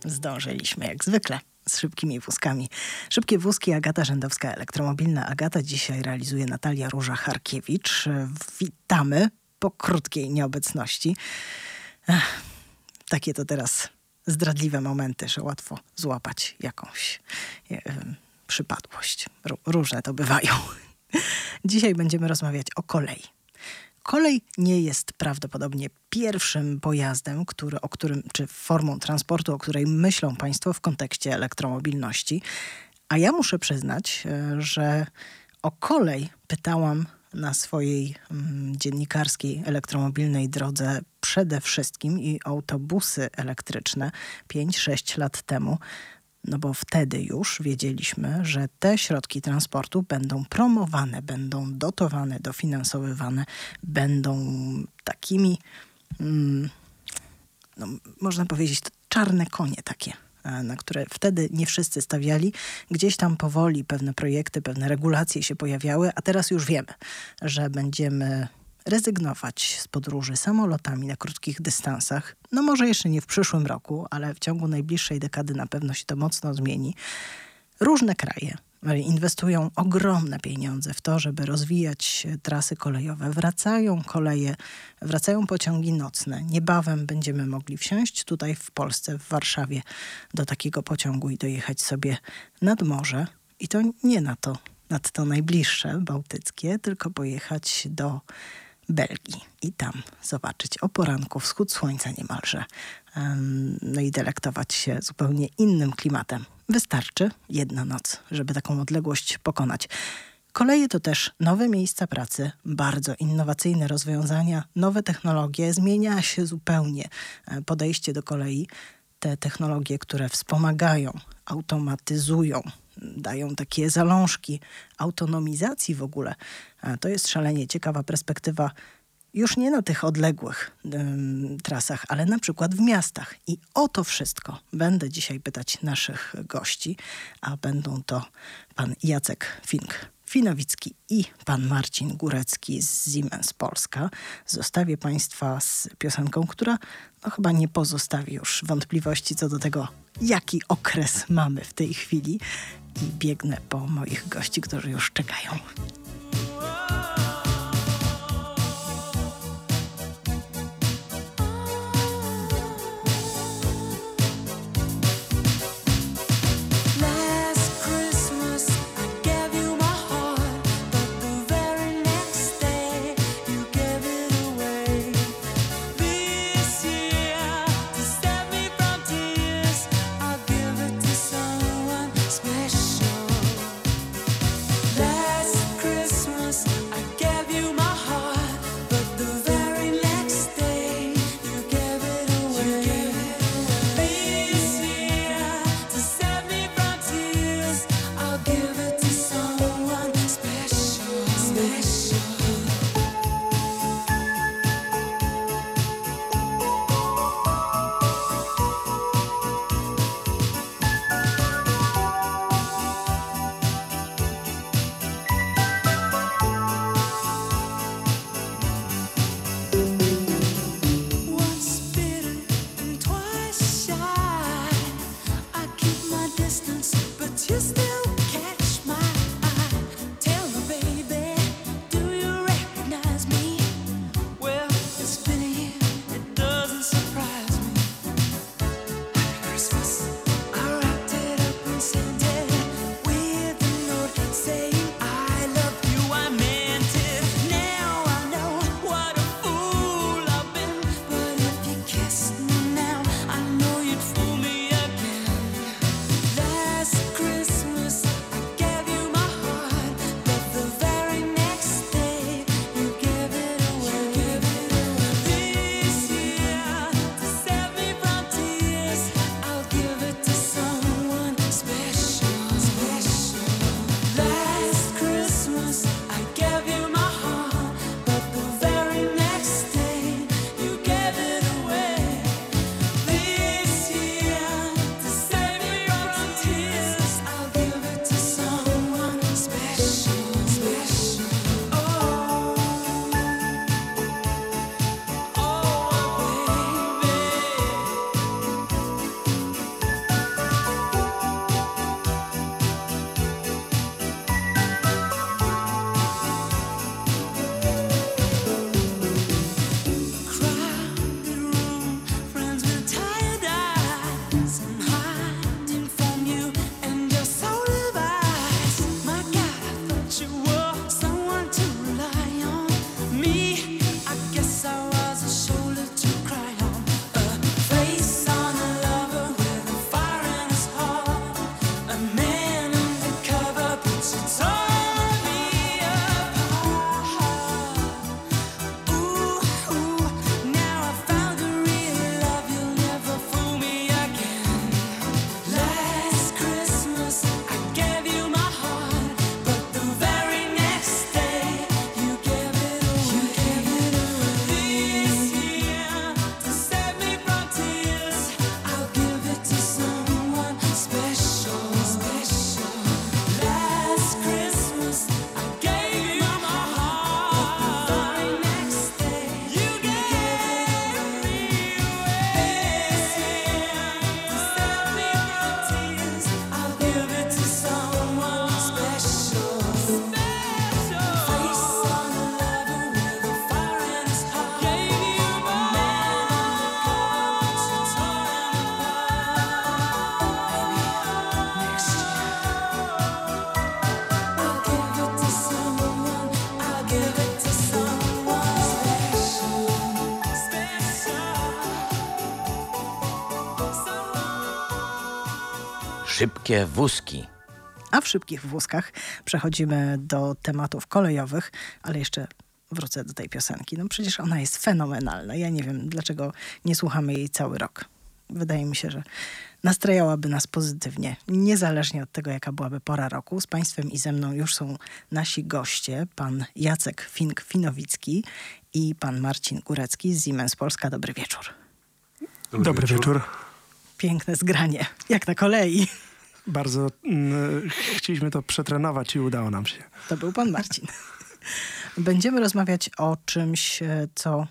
Zdążyliśmy jak zwykle z szybkimi wózkami. Szybkie wózki, Agata Rzędowska, elektromobilna Agata. Dzisiaj realizuje Natalia Róża-Harkiewicz. Witamy po krótkiej nieobecności. Takie to teraz zdradliwe momenty, że łatwo złapać jakąś przypadłość. Różne to bywają. Dzisiaj będziemy rozmawiać o kolei. Kolej nie jest prawdopodobnie pierwszym pojazdem, czy formą transportu, o której myślą Państwo w kontekście elektromobilności. A ja muszę przyznać, że o kolej pytałam na swojej dziennikarskiej elektromobilnej drodze przede wszystkim i autobusy elektryczne 5-6 lat temu. No bo wtedy już wiedzieliśmy, że te środki transportu będą promowane, będą dotowane, dofinansowywane, będą takimi, można powiedzieć, czarne konie takie, na które wtedy nie wszyscy stawiali. Gdzieś tam powoli pewne projekty, pewne regulacje się pojawiały, a teraz już wiemy, że będziemy rezygnować z podróży samolotami na krótkich dystansach. No może jeszcze nie w przyszłym roku, ale w ciągu najbliższej dekady na pewno się to mocno zmieni. Różne kraje inwestują ogromne pieniądze w to, żeby rozwijać trasy kolejowe. Wracają koleje, wracają pociągi nocne. Niebawem będziemy mogli wsiąść tutaj w Polsce, w Warszawie do takiego pociągu i dojechać sobie nad morze. I to nie nad to najbliższe, bałtyckie, tylko pojechać do Belgii i tam zobaczyć o poranku wschód słońca niemalże. No i delektować się zupełnie innym klimatem. Wystarczy jedna noc, żeby taką odległość pokonać. Koleje to też nowe miejsca pracy, bardzo innowacyjne rozwiązania, nowe technologie. Zmienia się zupełnie podejście do kolei. Te technologie, które wspomagają, automatyzują, dają takie zalążki autonomizacji w ogóle. To jest szalenie ciekawa perspektywa już nie na tych odległych trasach, ale na przykład w miastach. I o to wszystko będę dzisiaj pytać naszych gości, a będą to pan Jacek Finowicki i pan Marcin Górecki z Siemens Polska. Zostawię Państwa z piosenką, która chyba nie pozostawi już wątpliwości co do tego, jaki okres mamy w tej chwili. I biegnę po moich gości, którzy już czekają. Last Christmas Szybkie wózki. A w szybkich wózkach przechodzimy do tematów kolejowych, ale jeszcze wrócę do tej piosenki. No przecież ona jest fenomenalna. Ja nie wiem, dlaczego nie słuchamy jej cały rok. Wydaje mi się, że nastrajałaby nas pozytywnie, niezależnie od tego, jaka byłaby pora roku. Z Państwem i ze mną już są nasi goście, pan Jacek Fink-Finowicki i pan Marcin Górecki z Siemens Polska. Dobry wieczór. Dobry wieczór. Piękne zgranie, jak na kolei. Bardzo chcieliśmy to przetrenować i udało nam się. To był pan Marcin. Będziemy rozmawiać o czymś, co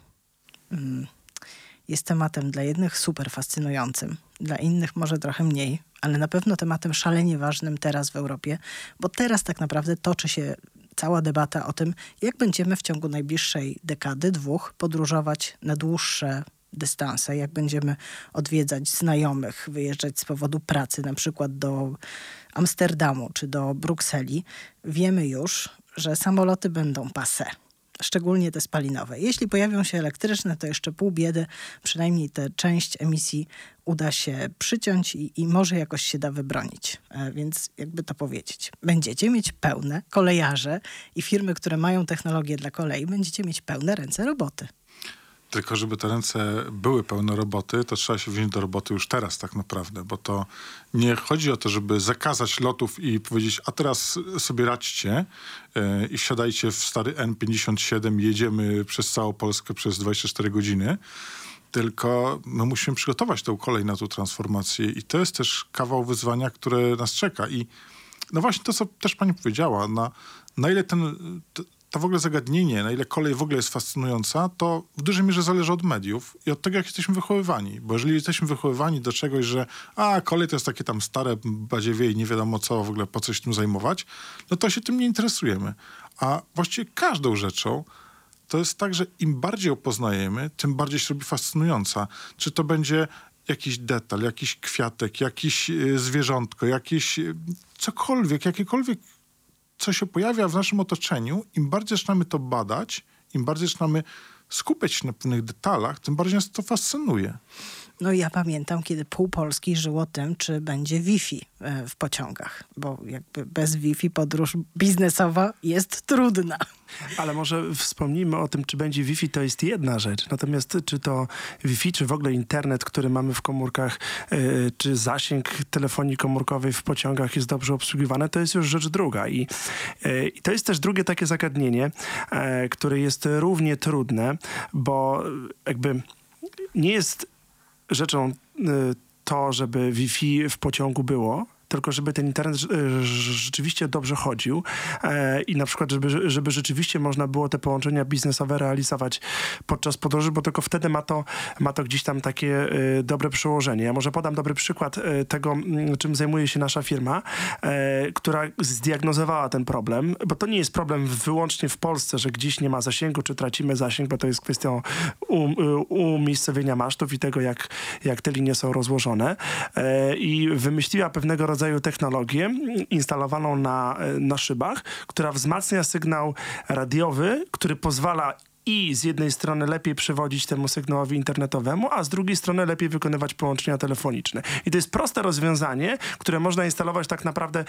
jest tematem dla jednych super fascynującym, dla innych może trochę mniej, ale na pewno tematem szalenie ważnym teraz w Europie, bo teraz tak naprawdę toczy się cała debata o tym, jak będziemy w ciągu najbliższej dekady, 2 podróżować na dłuższe dystanse, jak będziemy odwiedzać znajomych, wyjeżdżać z powodu pracy, na przykład do Amsterdamu czy do Brukseli. Wiemy już, że samoloty będą passé, szczególnie te spalinowe. Jeśli pojawią się elektryczne, to jeszcze pół biedy, przynajmniej tę część emisji uda się przyciąć i może jakoś się da wybronić. Więc jakby to powiedzieć, będziecie mieć pełne kolejarze i firmy, które mają technologię dla kolei, będziecie mieć pełne ręce roboty. Tylko żeby te ręce były pełne roboty, to trzeba się wziąć do roboty już teraz tak naprawdę, bo to nie chodzi o to, żeby zakazać lotów i powiedzieć, a teraz sobie radźcie i wsiadajcie w stary N57 i jedziemy przez całą Polskę przez 24 godziny, tylko my musimy przygotować tę kolej na tą transformację i to jest też kawał wyzwania, które nas czeka. I no właśnie to, co też pani powiedziała, na ile to w ogóle zagadnienie, na ile kolej w ogóle jest fascynująca, to w dużej mierze zależy od mediów i od tego, jak jesteśmy wychowywani. Bo jeżeli jesteśmy wychowywani do czegoś, że kolej to jest takie tam stare badziewie i nie wiadomo co, w ogóle po coś tym zajmować, no to się tym nie interesujemy. A właściwie każdą rzeczą to jest tak, że im bardziej ją poznajemy, tym bardziej się robi fascynująca. Czy to będzie jakiś detal, jakiś kwiatek, jakiś zwierzątko, jakiś cokolwiek, jakiekolwiek co się pojawia w naszym otoczeniu, im bardziej zaczynamy to badać, im bardziej zaczynamy skupiać się na pewnych detalach, tym bardziej nas to fascynuje. No ja pamiętam, kiedy pół Polski żyło tym, czy będzie Wi-Fi w pociągach, bo jakby bez Wi-Fi podróż biznesowa jest trudna. Ale może wspomnijmy o tym, czy będzie Wi-Fi, to jest jedna rzecz. Natomiast czy to Wi-Fi, czy w ogóle internet, który mamy w komórkach, czy zasięg telefonii komórkowej w pociągach jest dobrze obsługiwany, to jest już rzecz druga. I to jest też drugie takie zagadnienie, które jest równie trudne, bo jakby nie jest rzeczą to, żeby Wi-Fi w pociągu było, tylko żeby ten internet rzeczywiście dobrze chodził i na przykład, żeby rzeczywiście można było te połączenia biznesowe realizować podczas podróży, bo tylko wtedy ma to gdzieś tam takie dobre przełożenie. Ja może podam dobry przykład tego, czym zajmuje się nasza firma, która zdiagnozowała ten problem, bo to nie jest problem wyłącznie w Polsce, że gdzieś nie ma zasięgu, czy tracimy zasięg, bo to jest kwestią umiejscowienia masztów i tego, jak te linie są rozłożone. I wymyśliła pewnego rodzaju technologię instalowaną na szybach, która wzmacnia sygnał radiowy, który pozwala i z jednej strony lepiej przewodzić temu sygnałowi internetowemu, a z drugiej strony lepiej wykonywać połączenia telefoniczne. I to jest proste rozwiązanie, które można instalować tak naprawdę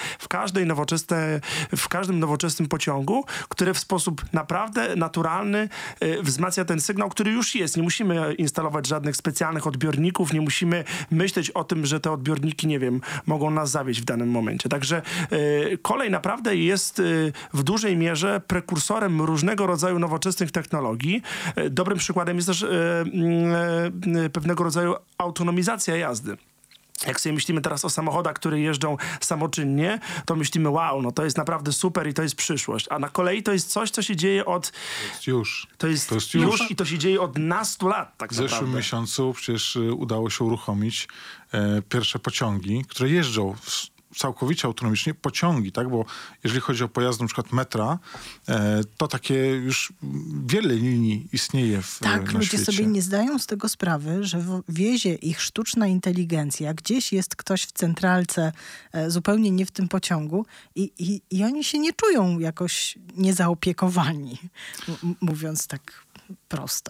w każdym nowoczesnym pociągu, które w sposób naprawdę naturalny wzmacnia ten sygnał, który już jest. Nie musimy instalować żadnych specjalnych odbiorników, nie musimy myśleć o tym, że te odbiorniki, nie wiem, mogą nas zawieść w danym momencie. Także kolej naprawdę jest w dużej mierze prekursorem różnego rodzaju nowoczesnych technologii. Dobrym przykładem jest też pewnego rodzaju autonomizacja jazdy. Jak sobie myślimy teraz o samochodach, które jeżdżą samoczynnie, to myślimy, wow, no to jest naprawdę super i to jest przyszłość. A na kolei to jest coś, co się dzieje To jest już i to się dzieje od nastu lat, tak naprawdę. W zeszłym miesiącu przecież udało się uruchomić pierwsze pociągi, które jeżdżą całkowicie autonomicznie, pociągi, tak? Bo jeżeli chodzi o pojazdy na przykład metra, to takie już wiele linii istnieje na Tak, ludzie świecie. sobie nie zdają z tego sprawy, że wiezie ich sztuczna inteligencja. Gdzieś jest ktoś w centralce, zupełnie nie w tym pociągu i oni się nie czują jakoś niezaopiekowani, mówiąc tak prosto.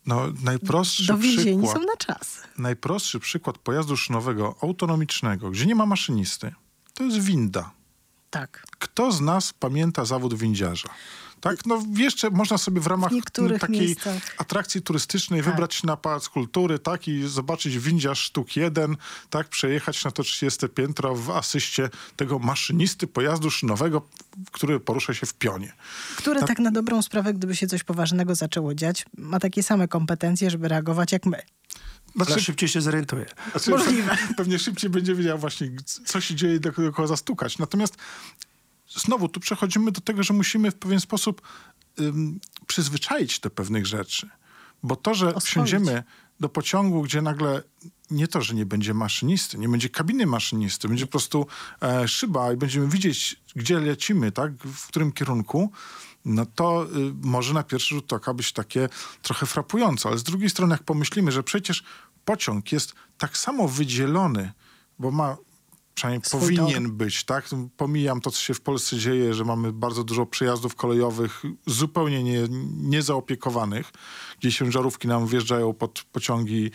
No, dowiezieni są na czas. Najprostszy przykład pojazdu szynowego, autonomicznego, gdzie nie ma maszynisty, to jest winda. Tak. Kto z nas pamięta zawód windziarza? Tak, no jeszcze można sobie w ramach takiej miejscach atrakcji turystycznej wybrać się na Pałac Kultury, tak, i zobaczyć windziarz sztuk 1, tak, przejechać na to 30 piętro w asyście tego maszynisty pojazdu szynowego, który porusza się w pionie. Który tak na dobrą sprawę, gdyby się coś poważnego zaczęło dziać, ma takie same kompetencje, żeby reagować jak my. Ale szybciej się zorientuje. Możliwe. Pewnie szybciej będzie wiedział właśnie, co się dzieje, do kogo zastukać. Natomiast znowu tu przechodzimy do tego, że musimy w pewien sposób przyzwyczaić do pewnych rzeczy. Bo to, że wsiądziemy do pociągu, gdzie nagle nie to, że nie będzie maszynisty, nie będzie kabiny maszynisty, będzie po prostu szyba i będziemy widzieć, gdzie lecimy, tak, w którym kierunku, no to może na pierwszy rzut oka być takie trochę frapujące. Ale z drugiej strony, jak pomyślimy, że przecież pociąg jest tak samo wydzielony, bo ma, przynajmniej powinien być, tak? Pomijam to, co się w Polsce dzieje, że mamy bardzo dużo przejazdów kolejowych zupełnie niezaopiekowanych, gdzie ciężarówki nam wjeżdżają pod pociągi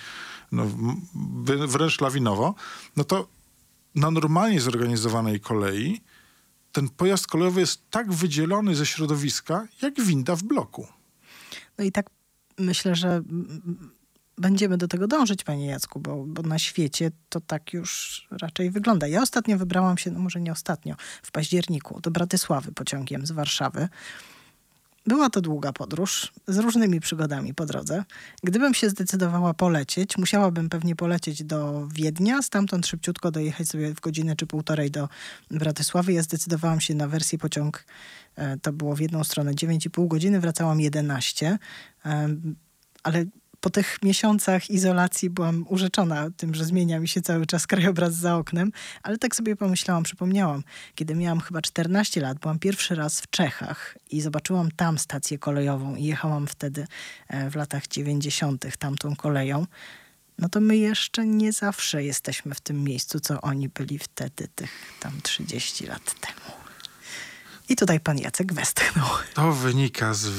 wręcz lawinowo, no to na normalnie zorganizowanej kolei ten pojazd kolejowy jest tak wydzielony ze środowiska, jak winda w bloku. No i tak myślę, że będziemy do tego dążyć, panie Jacku, bo na świecie to tak już raczej wygląda. Ja ostatnio wybrałam się, no może nie ostatnio, w październiku do Bratysławy pociągiem z Warszawy. Była to długa podróż z różnymi przygodami po drodze. Gdybym się zdecydowała polecieć, musiałabym pewnie polecieć do Wiednia, stamtąd szybciutko dojechać sobie w godzinę czy półtorej do Bratysławy. Ja zdecydowałam się na wersję pociąg, to było w jedną stronę 9,5 godziny, wracałam 11, ale po tych miesiącach izolacji byłam urzeczona tym, że zmienia mi się cały czas krajobraz za oknem, ale tak sobie pomyślałam, przypomniałam, kiedy miałam chyba 14 lat, byłam pierwszy raz w Czechach i zobaczyłam tam stację kolejową i jechałam wtedy w latach 90. tamtą koleją. No to my jeszcze nie zawsze jesteśmy w tym miejscu, co oni byli wtedy, tych tam 30 lat temu. I tutaj pan Jacek westchnął. To wynika z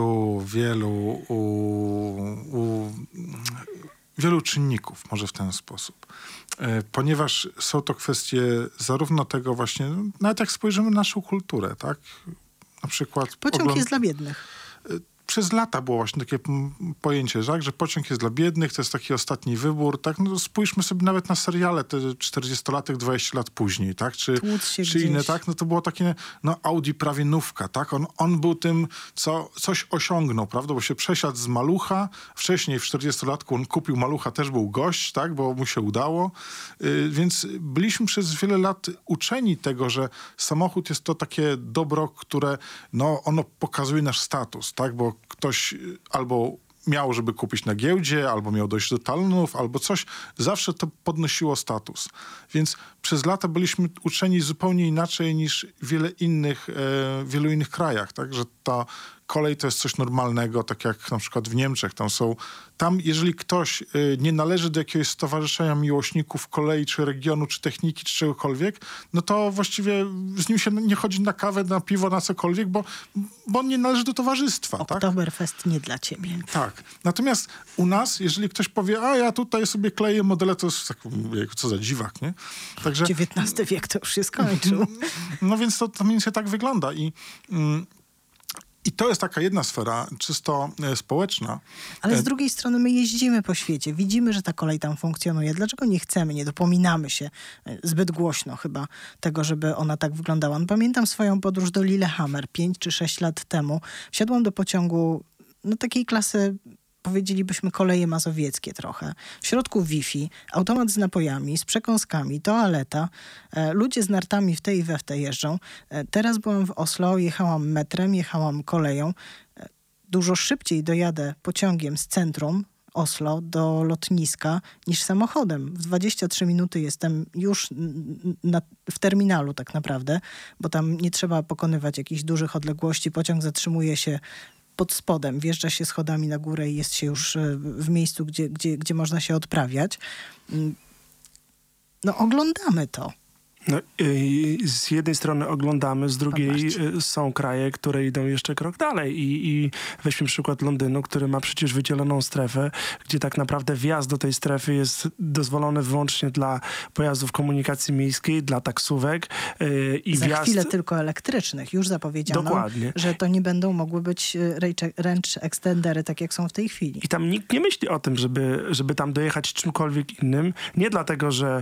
wielu czynników, może w ten sposób. Ponieważ są to kwestie zarówno tego właśnie, nawet jak spojrzymy na naszą kulturę, tak? Na przykład pociąg jest dla biednych. Przez lata było właśnie takie pojęcie, tak, że pociąg jest dla biednych, to jest taki ostatni wybór, tak? No spójrzmy sobie nawet na seriale te 40-latek, 20 lat później, tak? Czy inne, tak? No to było takie, no Audi prawie nówka, tak? On był tym, co coś osiągnął, prawda? Bo się przesiadł z malucha, wcześniej w 40-latku on kupił malucha, też był gość, tak? Bo mu się udało. Więc byliśmy przez wiele lat uczeni tego, że samochód jest to takie dobro, które, no ono pokazuje nasz status, tak? Bo ktoś albo miał, żeby kupić na giełdzie, albo miał dojść do talonów, albo coś. Zawsze to podnosiło status. Więc przez lata byliśmy uczeni zupełnie inaczej niż w wielu innych krajach. Tak? Że ta kolej to jest coś normalnego, tak jak na przykład w Niemczech. Tam jeżeli ktoś nie należy do jakiegoś stowarzyszenia miłośników kolei, czy regionu, czy techniki, czy czegokolwiek, no to właściwie z nim się nie chodzi na kawę, na piwo, na cokolwiek, bo on nie należy do towarzystwa. Oktoberfest nie dla ciebie. Tak. Natomiast u nas, jeżeli ktoś powie, a ja tutaj sobie kleję modele, to jest tak, co za dziwak, nie? Także XIX wiek to już się skończył. No więc to mniej więcej tak wygląda. I to jest taka jedna sfera, czysto społeczna. Ale z drugiej strony my jeździmy po świecie, widzimy, że ta kolej tam funkcjonuje. Dlaczego nie chcemy, nie dopominamy się zbyt głośno chyba tego, żeby ona tak wyglądała? No, pamiętam swoją podróż do Lillehammer 5 czy 6 lat temu. Wsiadłam do pociągu takiej klasy, powiedzielibyśmy koleje mazowieckie trochę. W środku Wi-Fi, automat z napojami, z przekąskami, toaleta. Ludzie z nartami w te i we w te jeżdżą. Teraz byłam w Oslo, jechałam metrem, jechałam koleją. Dużo szybciej dojadę pociągiem z centrum Oslo do lotniska niż samochodem. W 23 minuty jestem już w terminalu tak naprawdę, bo tam nie trzeba pokonywać jakichś dużych odległości. Pociąg zatrzymuje się pod spodem, wjeżdża się schodami na górę i jest się już w miejscu, gdzie można się odprawiać. No oglądamy to. No, z jednej strony oglądamy, z drugiej są kraje, które idą jeszcze krok dalej i weźmy przykład Londynu, który ma przecież wydzieloną strefę, gdzie tak naprawdę wjazd do tej strefy jest dozwolony wyłącznie dla pojazdów komunikacji miejskiej, dla taksówek i Za wjazd... chwilę tylko elektrycznych. Już zapowiedziano, Dokładnie. że to nie będą mogły być range extendery, tak jak są w tej chwili. I tam nikt nie myśli o tym, żeby tam dojechać czymkolwiek innym. Nie dlatego, że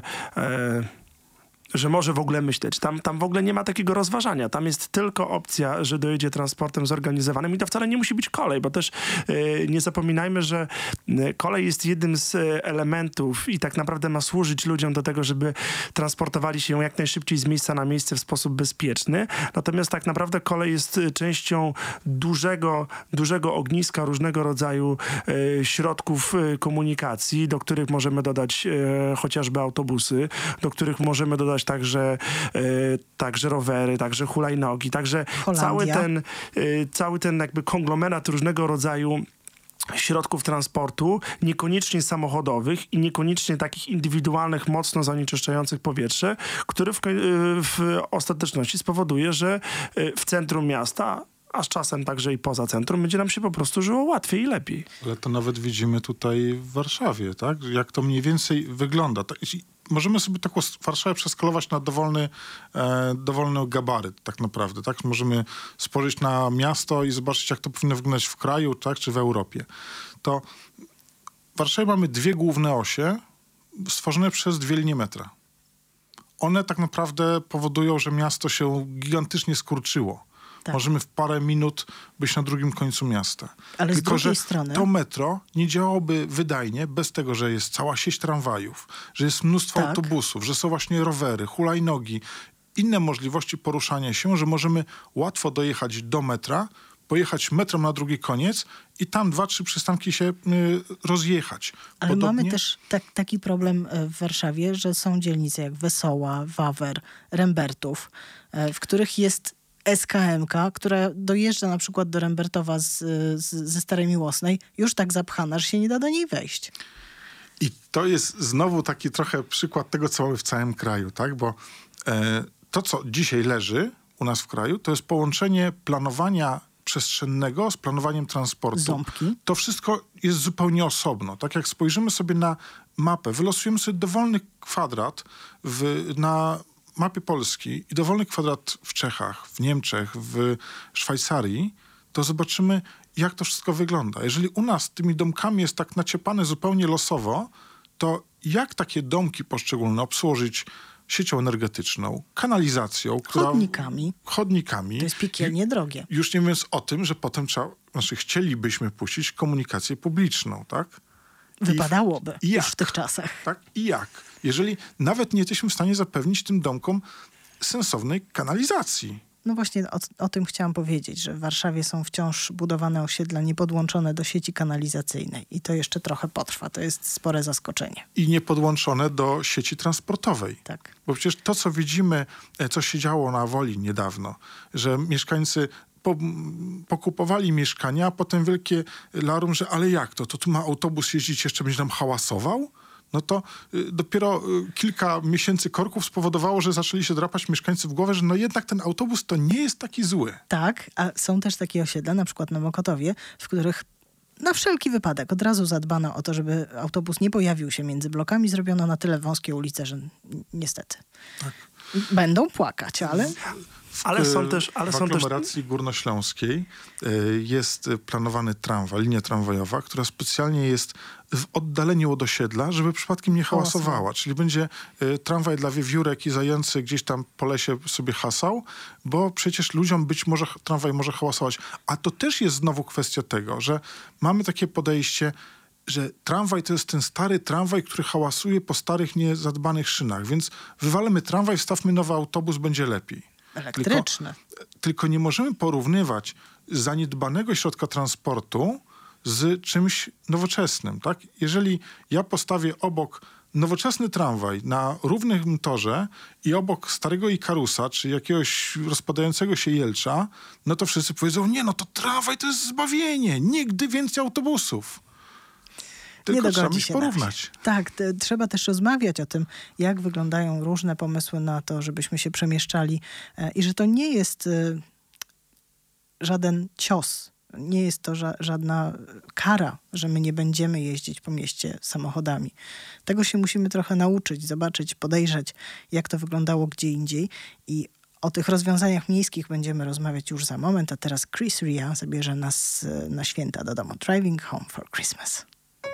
może w ogóle myśleć. Tam w ogóle nie ma takiego rozważania. Tam jest tylko opcja, że dojedzie transportem zorganizowanym i to wcale nie musi być kolej, bo też nie zapominajmy, że kolej jest jednym z elementów i tak naprawdę ma służyć ludziom do tego, żeby transportowali się jak najszybciej z miejsca na miejsce w sposób bezpieczny. Natomiast tak naprawdę kolej jest częścią dużego ogniska różnego rodzaju środków komunikacji, do których możemy dodać chociażby autobusy, do których możemy dodać także rowery, także hulajnogi, także cały ten jakby konglomerat różnego rodzaju środków transportu, niekoniecznie samochodowych i niekoniecznie takich indywidualnych, mocno zanieczyszczających powietrze, który w ostateczności spowoduje, że w centrum miasta, a z czasem także i poza centrum, będzie nam się po prostu żyło łatwiej i lepiej. Ale to nawet widzimy tutaj w Warszawie, tak? Jak to mniej więcej wygląda. Możemy sobie taką Warszawę przeskalować na dowolny gabaryt tak naprawdę, tak? Możemy spojrzeć na miasto i zobaczyć, jak to powinno wyglądać w kraju, tak? Czy w Europie. To w Warszawie mamy dwie główne osie stworzone przez dwie linie metra. One tak naprawdę powodują, że miasto się gigantycznie skurczyło. Tak. Możemy w parę minut być na drugim końcu miasta. Ale z drugiej strony... to metro nie działałoby wydajnie bez tego, że jest cała sieć tramwajów, że jest mnóstwo autobusów, że są właśnie rowery, hulajnogi, inne możliwości poruszania się, że możemy łatwo dojechać do metra, pojechać metrem na drugi koniec i tam 2-3 przystanki się rozjechać. Ale mamy też taki problem w Warszawie, że są dzielnice jak Wesoła, Wawer, Rembertów, w których jest SKM-ka, która dojeżdża na przykład do Rembertowa ze Starej Miłosnej, już tak zapchana, że się nie da do niej wejść. I to jest znowu taki trochę przykład tego, co mamy w całym kraju, tak? Bo to, co dzisiaj leży u nas w kraju, to jest połączenie planowania przestrzennego z planowaniem transportu. Ząbki. To wszystko jest zupełnie osobno. Tak jak spojrzymy sobie na mapę, wylosujemy sobie dowolny kwadrat na mapie Polski i dowolny kwadrat w Czechach, w Niemczech, w Szwajcarii, to zobaczymy, jak to wszystko wygląda. Jeżeli u nas tymi domkami jest tak naciepane zupełnie losowo, to jak takie domki poszczególne obsłużyć siecią energetyczną, kanalizacją, chodnikami. To jest piekielnie drogie. Już nie mówiąc o tym, że potem chcielibyśmy puścić komunikację publiczną, tak? Wypadałoby już w tych czasach. Tak? I jak? Jeżeli nawet nie jesteśmy w stanie zapewnić tym domkom sensownej kanalizacji. No właśnie o tym chciałam powiedzieć, że w Warszawie są wciąż budowane osiedla niepodłączone do sieci kanalizacyjnej i to jeszcze trochę potrwa. To jest spore zaskoczenie. I niepodłączone do sieci transportowej. Tak. Bo przecież to, co widzimy, co się działo na Woli niedawno, że mieszkańcy pokupowali mieszkania, a potem wielkie larum, że ale jak to? To tu ma autobus jeździć, jeszcze będzie nam hałasował? No to dopiero kilka miesięcy korków spowodowało, że zaczęli się drapać mieszkańcy w głowę, że no jednak ten autobus to nie jest taki zły. Tak, a są też takie osiedla, na przykład na Mokotowie, w których na wszelki wypadek od razu zadbano o to, żeby autobus nie pojawił się między blokami. Zrobiono na tyle wąskie ulice, że niestety będą płakać, ale... W aglomeracji górnośląskiej jest planowany linia tramwajowa, która specjalnie jest w oddaleniu od osiedla, żeby przypadkiem nie hałasowała. Czyli będzie tramwaj dla wiewiórek i zający gdzieś tam po lesie sobie hasał, bo przecież ludziom być może tramwaj może hałasować. A to też jest znowu kwestia tego, że mamy takie podejście, że tramwaj to jest ten stary tramwaj, który hałasuje po starych, niezadbanych szynach. Więc wywalmy tramwaj, wstawmy nowy autobus, będzie lepiej. Elektryczne. Tylko nie możemy porównywać zaniedbanego środka transportu z czymś nowoczesnym. Tak? Jeżeli ja postawię obok nowoczesny tramwaj na równym torze i obok starego Ikarusa, czy jakiegoś rozpadającego się Jelcza, no to wszyscy powiedzą, nie, no to tramwaj to jest zbawienie, nigdy więcej autobusów. Tylko trzeba dogodzi ich się porównać. Tak, trzeba też rozmawiać o tym, jak wyglądają różne pomysły na to, żebyśmy się przemieszczali i że to nie jest żaden cios. Nie jest to żadna kara, że my nie będziemy jeździć po mieście samochodami. Tego się musimy trochę nauczyć, zobaczyć, podejrzeć, jak to wyglądało gdzie indziej. I o tych rozwiązaniach miejskich będziemy rozmawiać już za moment, a teraz Chris Rea zabierze nas na święta do domu. Driving Home for Christmas.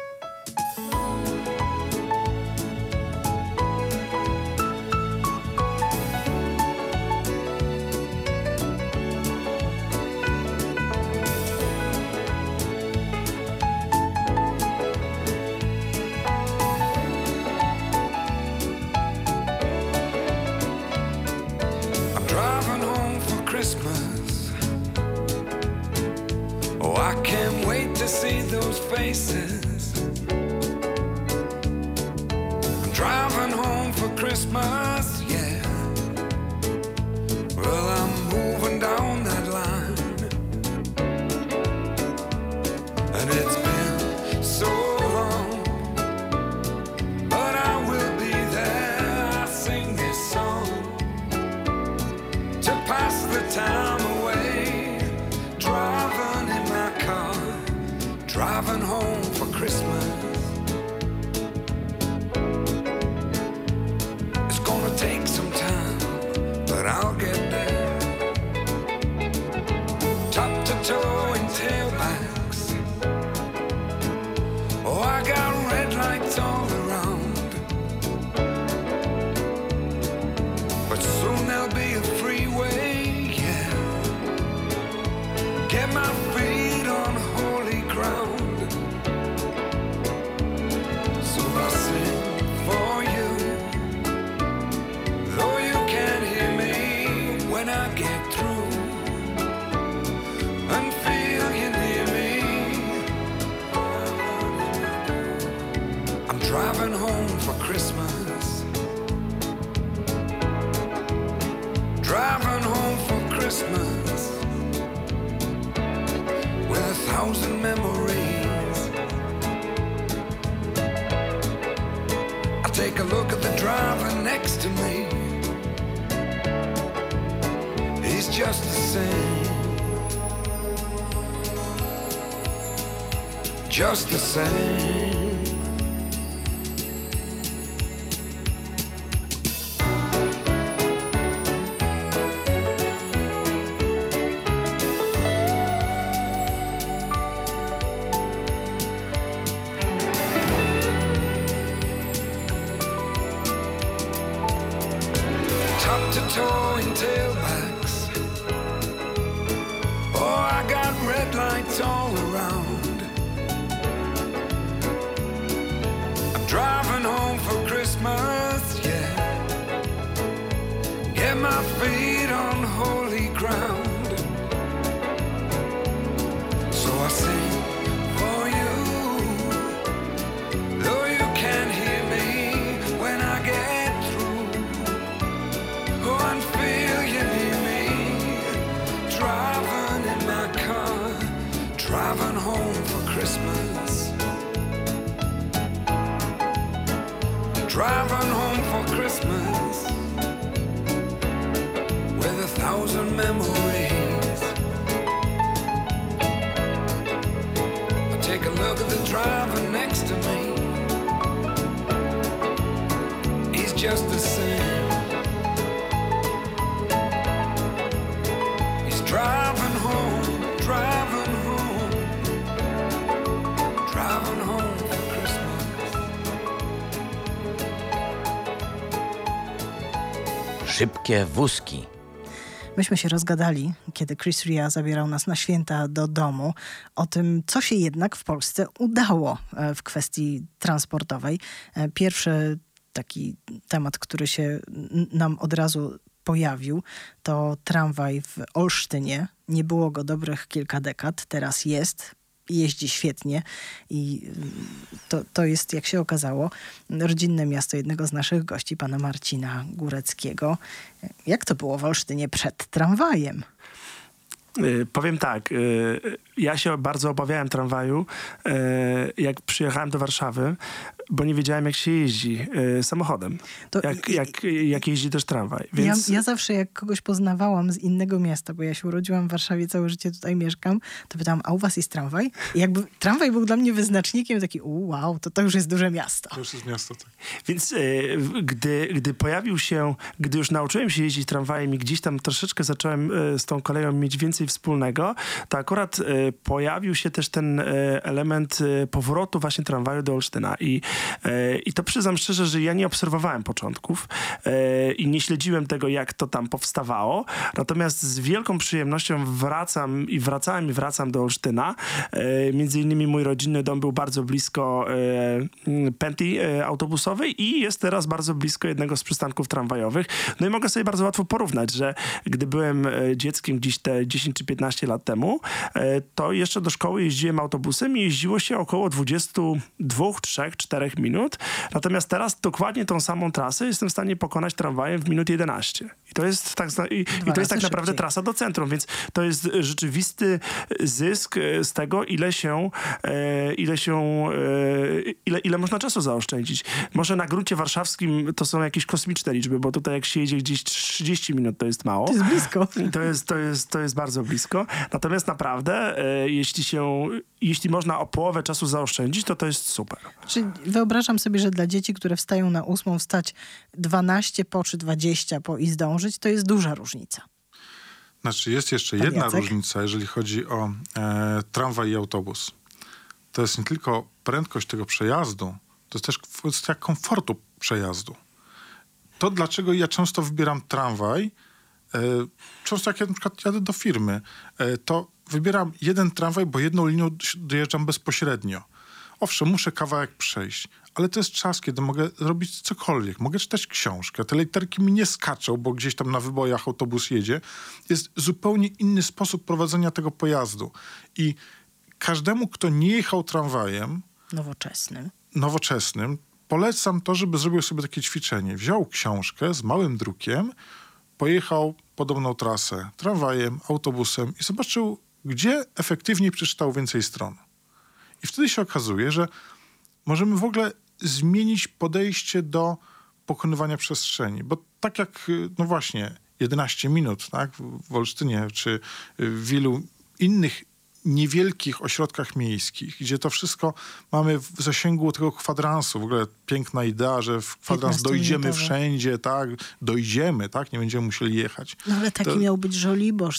Oh, I can't wait to see those faces. I'm driving home for Christmas, yeah. Well, I'm moving down that line, and it's been so long, but I will be there. I sing this song to pass the time away, driving in my car, driving home for Christmas. It's gonna take some time, but I'll get there. Top to toe in tailbacks. Oh, I got red lights all around, but soon there'll be a freeway, yeah. Get my feet on holy ground, so I sing for you, though you can't hear me when I get through, and feel you near me. I'm driving home for Christmas, driving home for Christmas, with 1,000 memories. I take a look at the driver next to me. He's just the same, just the same. Top to toe in tailbacks. Oh, I got red lights all around. I'm driving home for Christmas, yeah. Get my feet on holy ground, so I sing for you, though you can't hear me when I get through. Go and feel you near me, driving in my car, driving home for Christmas, driving home for Christmas, with 1,000 memories. I take a look at the driver next to me. He's just the same. He's driving home, driving home, driving home for Christmas. Szybkie wózki. Myśmy się rozgadali, kiedy Chris Rea zabierał nas na święta do domu, o tym, co się jednak w Polsce udało w kwestii transportowej. Pierwszy taki temat, który się nam od razu pojawił, to tramwaj w Olsztynie. Nie było go dobrych kilka dekad, teraz jest. Jeździ świetnie i to jest, jak się okazało, rodzinne miasto jednego z naszych gości, pana Marcina Góreckiego. Jak to było w Olsztynie przed tramwajem? Powiem tak, ja się bardzo obawiałem tramwaju, jak przyjechałem do Warszawy, bo nie wiedziałem, jak się jeździ samochodem, jak jeździ też tramwaj. Więc... Ja zawsze, jak kogoś poznawałam z innego miasta, bo ja się urodziłam w Warszawie, całe życie tutaj mieszkam, to pytałam, a u was jest tramwaj? I jakby tramwaj był dla mnie wyznacznikiem taki, wow, to już jest duże miasto. To już jest miasto, tak. Więc gdy już nauczyłem się jeździć tramwajem i gdzieś tam troszeczkę zacząłem z tą koleją mieć więcej wspólnego, to akurat pojawił się też ten element powrotu właśnie tramwaju do Olsztyna. I to przyznam szczerze, że ja nie obserwowałem początków i nie śledziłem tego, jak to tam powstawało. Natomiast z wielką przyjemnością wracam do Olsztyna. Między innymi mój rodzinny dom był bardzo blisko pętli autobusowej i jest teraz bardzo blisko jednego z przystanków tramwajowych. No i mogę sobie bardzo łatwo porównać, że gdy byłem dzieckiem gdzieś te 10 czy 15 lat temu, to jeszcze do szkoły jeździłem autobusem i jeździło się około 22, 3, 4 minut. Natomiast teraz dokładnie tą samą trasę jestem w stanie pokonać tramwajem w minut 11. I to jest tak naprawdę trasa do centrum, więc to jest rzeczywisty zysk z tego, ile można czasu zaoszczędzić. Może na gruncie warszawskim to są jakieś kosmiczne liczby, bo tutaj jak się jedzie gdzieś 30 minut, to jest mało. To jest blisko. To jest bardzo blisko. Natomiast naprawdę, jeśli można o połowę czasu zaoszczędzić, to jest super. Czyli wyobrażam sobie, że dla dzieci, które wstają na 8, wstać 12 po czy 20 po i zdążyć, to jest duża różnica. Znaczy jest jeszcze jedna różnica, jeżeli chodzi o tramwaj i autobus. To jest nie tylko prędkość tego przejazdu, to jest też kwestia komfortu przejazdu. To dlaczego ja często wybieram tramwaj, często jak ja na przykład jadę do firmy, to wybieram jeden tramwaj, bo jedną linią dojeżdżam bezpośrednio. Owszem, muszę kawałek przejść, ale to jest czas, kiedy mogę robić cokolwiek. Mogę czytać książkę, te literki mi nie skaczą, bo gdzieś tam na wybojach autobus jedzie. Jest zupełnie inny sposób prowadzenia tego pojazdu. I każdemu, kto nie jechał tramwajem nowoczesnym, polecam to, żeby zrobił sobie takie ćwiczenie. Wziął książkę z małym drukiem, pojechał podobną trasę tramwajem, autobusem i zobaczył, gdzie efektywniej przeczytał więcej stron. I wtedy się okazuje, że możemy w ogóle zmienić podejście do pokonywania przestrzeni. Bo tak jak, no właśnie, 11 minut, tak, w Olsztynie, czy w wielu innych niewielkich ośrodkach miejskich, gdzie to wszystko mamy w zasięgu tego kwadransu. W ogóle piękna idea, że w kwadrans dojdziemy wszędzie, tak? Dojdziemy, tak? Nie będziemy musieli jechać. No ale taki miał być Żoliborz,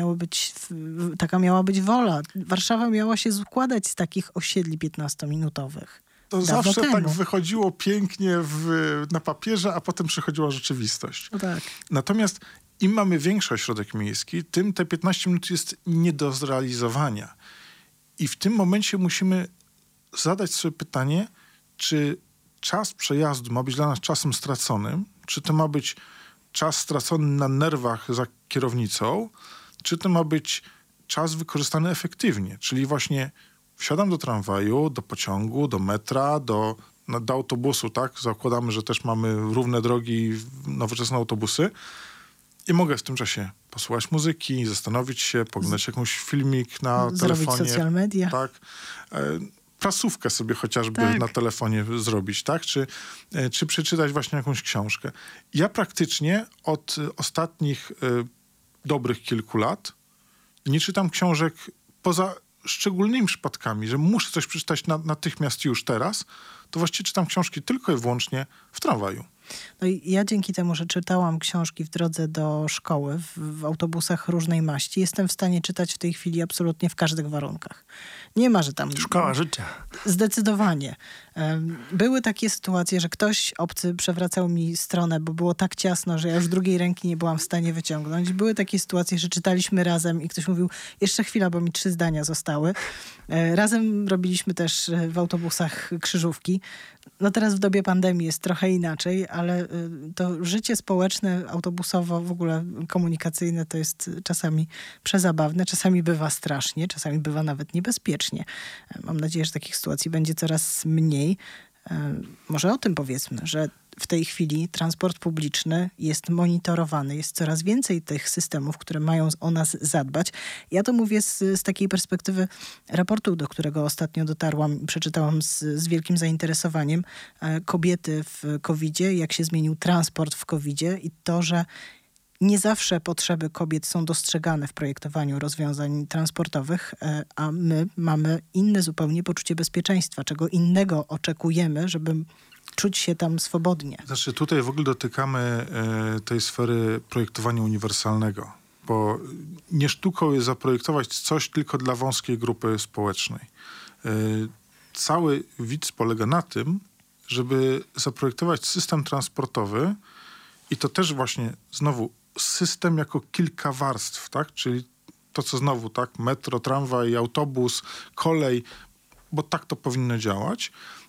taka miała być Wola. Warszawa miała się składać z takich osiedli 15-minutowych. To zawsze tak wychodziło pięknie na papierze, a potem przychodziła rzeczywistość. No tak. Natomiast im mamy większy ośrodek miejski, tym te 15 minut jest nie do zrealizowania. I w tym momencie musimy zadać sobie pytanie, czy czas przejazdu ma być dla nas czasem straconym, czy to ma być czas stracony na nerwach za kierownicą, czy to ma być czas wykorzystany efektywnie, czyli właśnie wsiadam do tramwaju, do pociągu, do metra, do autobusu, tak? Zakładamy, że też mamy równe drogi, nowoczesne autobusy. I mogę w tym czasie posłuchać muzyki, zastanowić się, poglądać jakąś filmik na telefonie. Zrobić social media. Tak. Prasówkę sobie chociażby na telefonie zrobić, tak? Czy przeczytać właśnie jakąś książkę. Ja praktycznie od ostatnich dobrych kilku lat nie czytam książek poza szczególnymi przypadkami, że muszę coś przeczytać natychmiast już teraz, to właściwie czytam książki tylko i wyłącznie w tramwaju. No i ja dzięki temu, że czytałam książki w drodze do szkoły, w autobusach różnej maści, jestem w stanie czytać w tej chwili absolutnie w każdych warunkach. Nie ma, że tam... Szkoła życia. Zdecydowanie. Były takie sytuacje, że ktoś obcy przewracał mi stronę, bo było tak ciasno, że ja już drugiej ręki nie byłam w stanie wyciągnąć. Były takie sytuacje, że czytaliśmy razem i ktoś mówił, jeszcze chwila, bo mi 3 zdania zostały. Razem robiliśmy też w autobusach krzyżówki. No teraz w dobie pandemii jest trochę inaczej, ale to życie społeczne, autobusowo, w ogóle komunikacyjne to jest czasami przezabawne, czasami bywa strasznie, czasami bywa nawet niebezpiecznie. Mam nadzieję, że takich sytuacji będzie coraz mniej. Może o tym powiedzmy, że w tej chwili transport publiczny jest monitorowany. Jest coraz więcej tych systemów, które mają o nas zadbać. Ja to mówię z takiej perspektywy raportu, do którego ostatnio dotarłam, przeczytałam z wielkim zainteresowaniem. Kobiety w COVID-zie, jak się zmienił transport w COVID-zie i to, że nie zawsze potrzeby kobiet są dostrzegane w projektowaniu rozwiązań transportowych, a my mamy inne zupełnie poczucie bezpieczeństwa. Czego innego oczekujemy, żeby czuć się tam swobodnie. Znaczy tutaj w ogóle dotykamy tej sfery projektowania uniwersalnego, bo nie sztuką jest zaprojektować coś tylko dla wąskiej grupy społecznej. Cały widz polega na tym, żeby zaprojektować system transportowy i to też właśnie znowu system jako kilka warstw, tak? Czyli to, co znowu, tak? Metro, tramwaj, autobus, kolej, bo tak to powinno działać.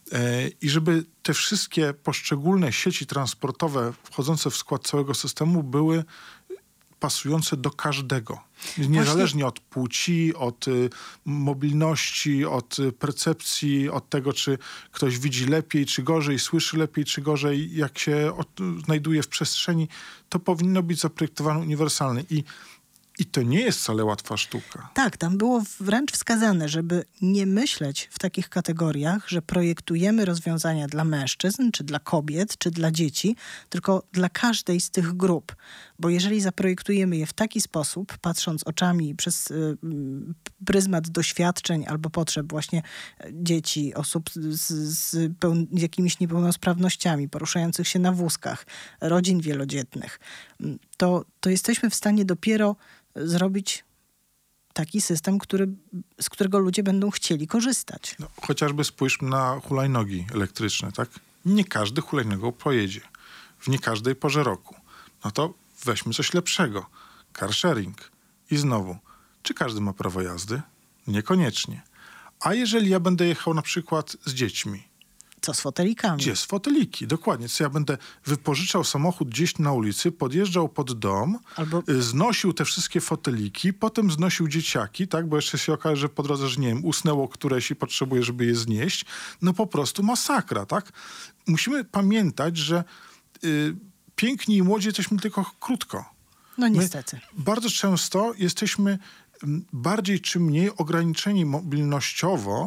I żeby te wszystkie poszczególne sieci transportowe wchodzące w skład całego systemu były pasujące do każdego. Niezależnie od płci, od mobilności, od percepcji, od tego, czy ktoś widzi lepiej, czy gorzej, słyszy lepiej, czy gorzej, jak się znajduje w przestrzeni, to powinno być zaprojektowane uniwersalnie. I to nie jest wcale łatwa sztuka. Tak, tam było wręcz wskazane, żeby nie myśleć w takich kategoriach, że projektujemy rozwiązania dla mężczyzn, czy dla kobiet, czy dla dzieci, tylko dla każdej z tych grup. Bo jeżeli zaprojektujemy je w taki sposób, patrząc oczami przez pryzmat doświadczeń albo potrzeb właśnie dzieci, osób z jakimiś niepełnosprawnościami, poruszających się na wózkach, rodzin wielodzietnych, to jesteśmy w stanie dopiero zrobić taki system, z którego ludzie będą chcieli korzystać. No, chociażby spójrzmy na hulajnogi elektryczne, tak? Nie każdy hulajnogą pojedzie. W nie każdej porze roku. No to weźmy coś lepszego. Car sharing. I znowu, czy każdy ma prawo jazdy? Niekoniecznie. A jeżeli ja będę jechał na przykład z dziećmi? Co z fotelikami? Gdzie? Z foteliki, dokładnie. Co ja będę wypożyczał samochód gdzieś na ulicy, podjeżdżał pod dom, znosił te wszystkie foteliki, potem znosił dzieciaki, tak? Bo jeszcze się okaże, że po drodze, że nie wiem, usnęło któreś i potrzebuje, żeby je znieść. No po prostu masakra, tak? Musimy pamiętać, że piękni i młodzi jesteśmy tylko krótko. No niestety. My bardzo często jesteśmy bardziej czy mniej ograniczeni mobilnościowo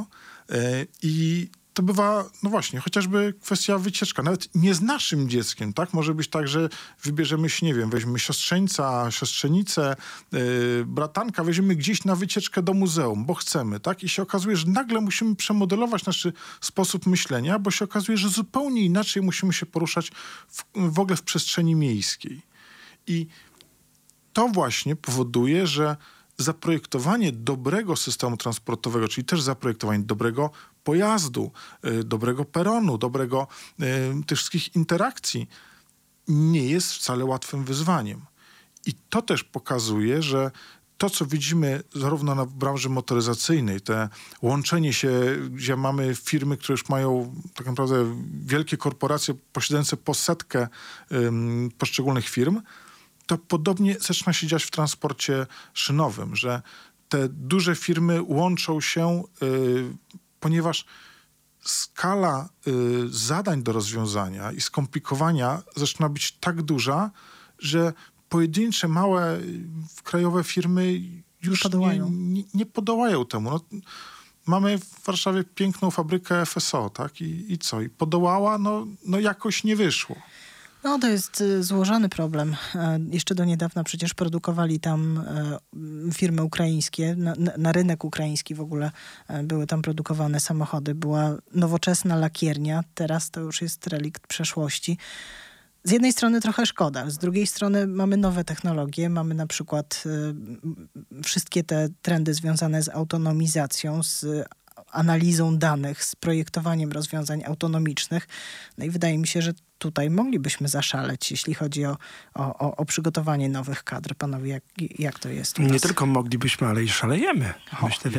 i to bywa, no właśnie, chociażby kwestia wycieczka. Nawet nie z naszym dzieckiem, tak? Może być tak, że wybierzemy się, nie wiem, weźmiemy siostrzeńca, siostrzenicę, bratanka, weźmiemy gdzieś na wycieczkę do muzeum, bo chcemy, tak? I się okazuje, że nagle musimy przemodelować nasz sposób myślenia, bo się okazuje, że zupełnie inaczej musimy się poruszać w ogóle w przestrzeni miejskiej. I to właśnie powoduje, że zaprojektowanie dobrego systemu transportowego, czyli też zaprojektowanie dobrego pojazdu, dobrego peronu, dobrego tych wszystkich interakcji nie jest wcale łatwym wyzwaniem. I to też pokazuje, że to, co widzimy zarówno w branży motoryzacyjnej, te łączenie się, gdzie mamy firmy, które już mają tak naprawdę wielkie korporacje posiadające po setkę poszczególnych firm, to podobnie zaczyna się dziać w transporcie szynowym, że te duże firmy łączą się, ponieważ skala zadań do rozwiązania i skomplikowania zaczyna być tak duża, że pojedyncze, małe, krajowe firmy już nie podołają temu. No, mamy w Warszawie piękną fabrykę FSO, tak? I co? I podołała? No jakoś nie wyszło. No to jest złożony problem. Jeszcze do niedawna przecież produkowali tam firmy ukraińskie, na rynek ukraiński w ogóle były tam produkowane samochody. Była nowoczesna lakiernia, teraz to już jest relikt przeszłości. Z jednej strony trochę szkoda, z drugiej strony mamy nowe technologie, mamy na przykład wszystkie te trendy związane z autonomizacją, z analizą danych, z projektowaniem rozwiązań autonomicznych. No i wydaje mi się, że tutaj moglibyśmy zaszaleć, jeśli chodzi o przygotowanie nowych kadr. Panowie, jak to jest u nas? Nie tylko moglibyśmy, ale i szalejemy. Myślę,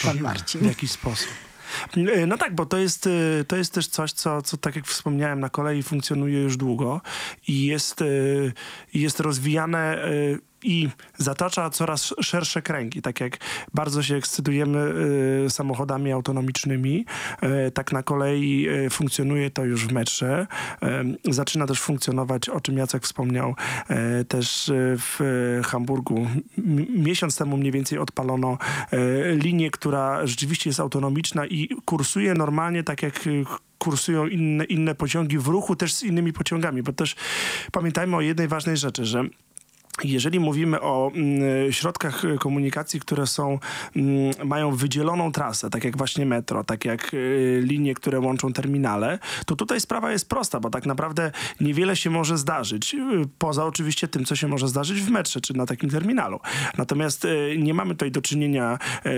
w jakiś sposób. No tak, bo to jest też coś, co tak jak wspomniałem, na kolei funkcjonuje już długo i jest rozwijane i zatacza coraz szersze kręgi. Tak jak bardzo się ekscytujemy samochodami autonomicznymi, tak na kolei funkcjonuje to już w metrze. Zaczyna też funkcjonować, o czym Jacek wspomniał, też w Hamburgu. Miesiąc temu mniej więcej odpalono linię, która rzeczywiście jest autonomiczna i kursuje normalnie, tak jak kursują inne pociągi w ruchu też z innymi pociągami, bo też pamiętajmy o jednej ważnej rzeczy, że jeżeli mówimy o środkach komunikacji, które mają wydzieloną trasę, tak jak właśnie metro, tak jak linie, które łączą terminale, to tutaj sprawa jest prosta, bo tak naprawdę niewiele się może zdarzyć, poza oczywiście tym, co się może zdarzyć w metrze, czy na takim terminalu. Natomiast nie mamy tutaj do czynienia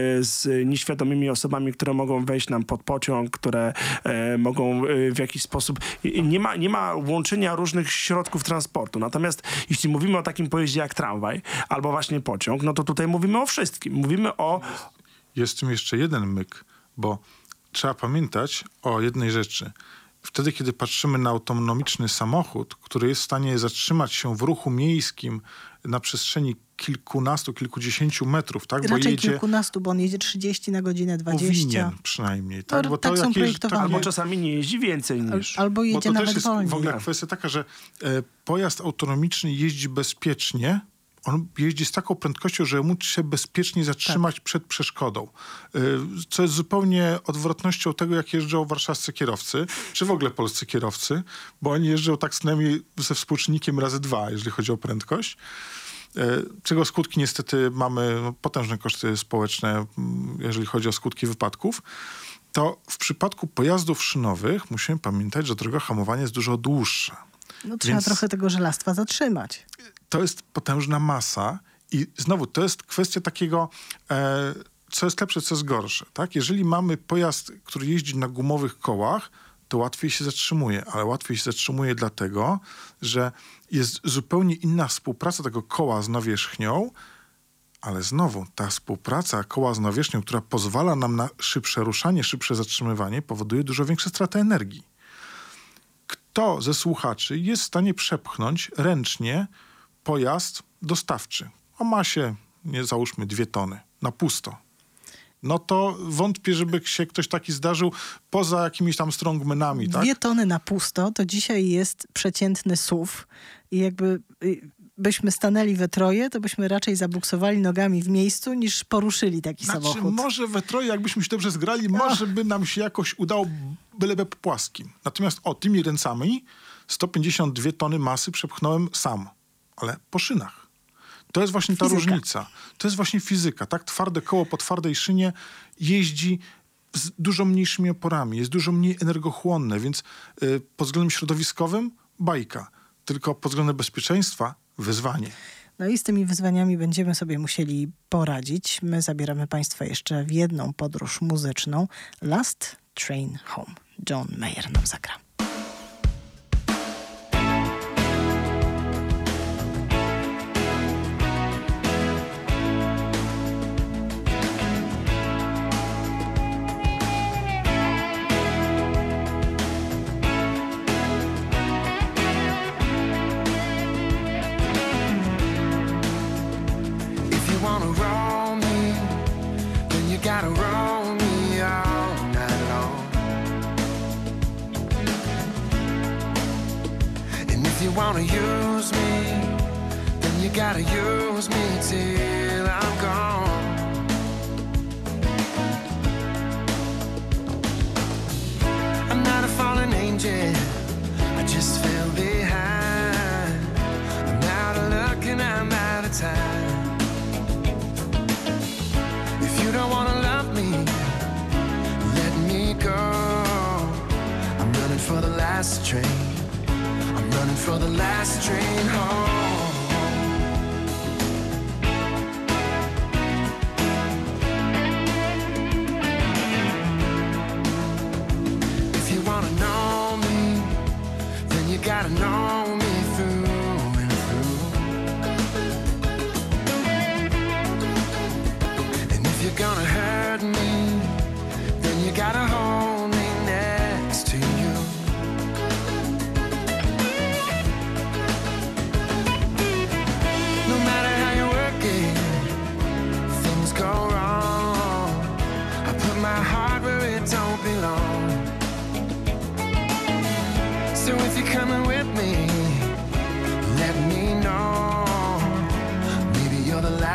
z nieświadomymi osobami, które mogą wejść nam pod pociąg, które mogą w jakiś sposób... Nie ma łączenia różnych środków transportu. Natomiast jeśli mówimy o takim pojeździe jak tramwaj, albo właśnie pociąg, no to tutaj mówimy o wszystkim. Mówimy o... Jest w tym jeszcze jeden myk, bo trzeba pamiętać o jednej rzeczy. Wtedy, kiedy patrzymy na autonomiczny samochód, który jest w stanie zatrzymać się w ruchu miejskim na przestrzeni kilkunastu, kilkudziesięciu metrów, tak? Raczej bo jedzie... kilkunastu, bo on jedzie 30 na godzinę, 20. Powinien przynajmniej, tak? Bo tak to są projektowane. Albo czasami nie jeździ więcej niż... Albo jedzie bo to nawet też jest wolniej. w ogóle kwestia taka, że pojazd autonomiczny jeździ bezpiecznie. On jeździ z taką prędkością, że mógł się bezpiecznie zatrzymać przed przeszkodą. Co jest zupełnie odwrotnością tego, jak jeżdżą warszawscy kierowcy, czy w ogóle polscy kierowcy, bo oni jeżdżą tak co najmniej ze współczynnikiem razy 2, jeżeli chodzi o prędkość. Czego skutki niestety mamy potężne koszty społeczne, jeżeli chodzi o skutki wypadków. To w przypadku pojazdów szynowych musimy pamiętać, że droga hamowania jest dużo dłuższa. No trzeba trochę tego żelastwa zatrzymać. To jest potężna masa i znowu to jest kwestia takiego, co jest lepsze, co jest gorsze. Tak? Jeżeli mamy pojazd, który jeździ na gumowych kołach, to łatwiej się zatrzymuje, ale łatwiej się zatrzymuje dlatego, że jest zupełnie inna współpraca tego koła z nawierzchnią, ale znowu ta współpraca koła z nawierzchnią, która pozwala nam na szybsze ruszanie, szybsze zatrzymywanie, powoduje dużo większe straty energii. Kto ze słuchaczy jest w stanie przepchnąć ręcznie pojazd dostawczy o masie, załóżmy 2 tony, na pusto? No to wątpię, żeby się ktoś taki zdarzył poza jakimiś tam strongmanami, tak? 2 tony na pusto to dzisiaj jest przeciętny SUV i jakby byśmy stanęli we troje, to byśmy raczej zabuksowali nogami w miejscu, niż poruszyli taki samochód. Może we troje, jakbyśmy się dobrze zgrali, może by nam się jakoś udało, byleby po płaskim. Natomiast tymi ręcami 152 tony masy przepchnąłem sam, ale po szynach. To jest właśnie ta różnica. To jest właśnie fizyka. Tak, twarde koło po twardej szynie jeździ z dużo mniejszymi oporami, jest dużo mniej energochłonne, więc pod względem środowiskowym bajka. Tylko pod względem bezpieczeństwa wyzwanie. No i z tymi wyzwaniami będziemy sobie musieli poradzić. My zabieramy Państwa jeszcze w jedną podróż muzyczną. Last Train Home. John Mayer nam zagra. Gotta roll me all night long. And if you wanna use me, then you gotta use me till I'm gone. I'm not a fallen angel, I just fell behind. I'm out of luck and I'm out of time. If you don't wanna love me, let me go. I'm running for the last train. I'm running for the last train home. If you wanna know me, then you gotta know me through and through. And if you're gonna hurt me, then you gotta hold me next to you.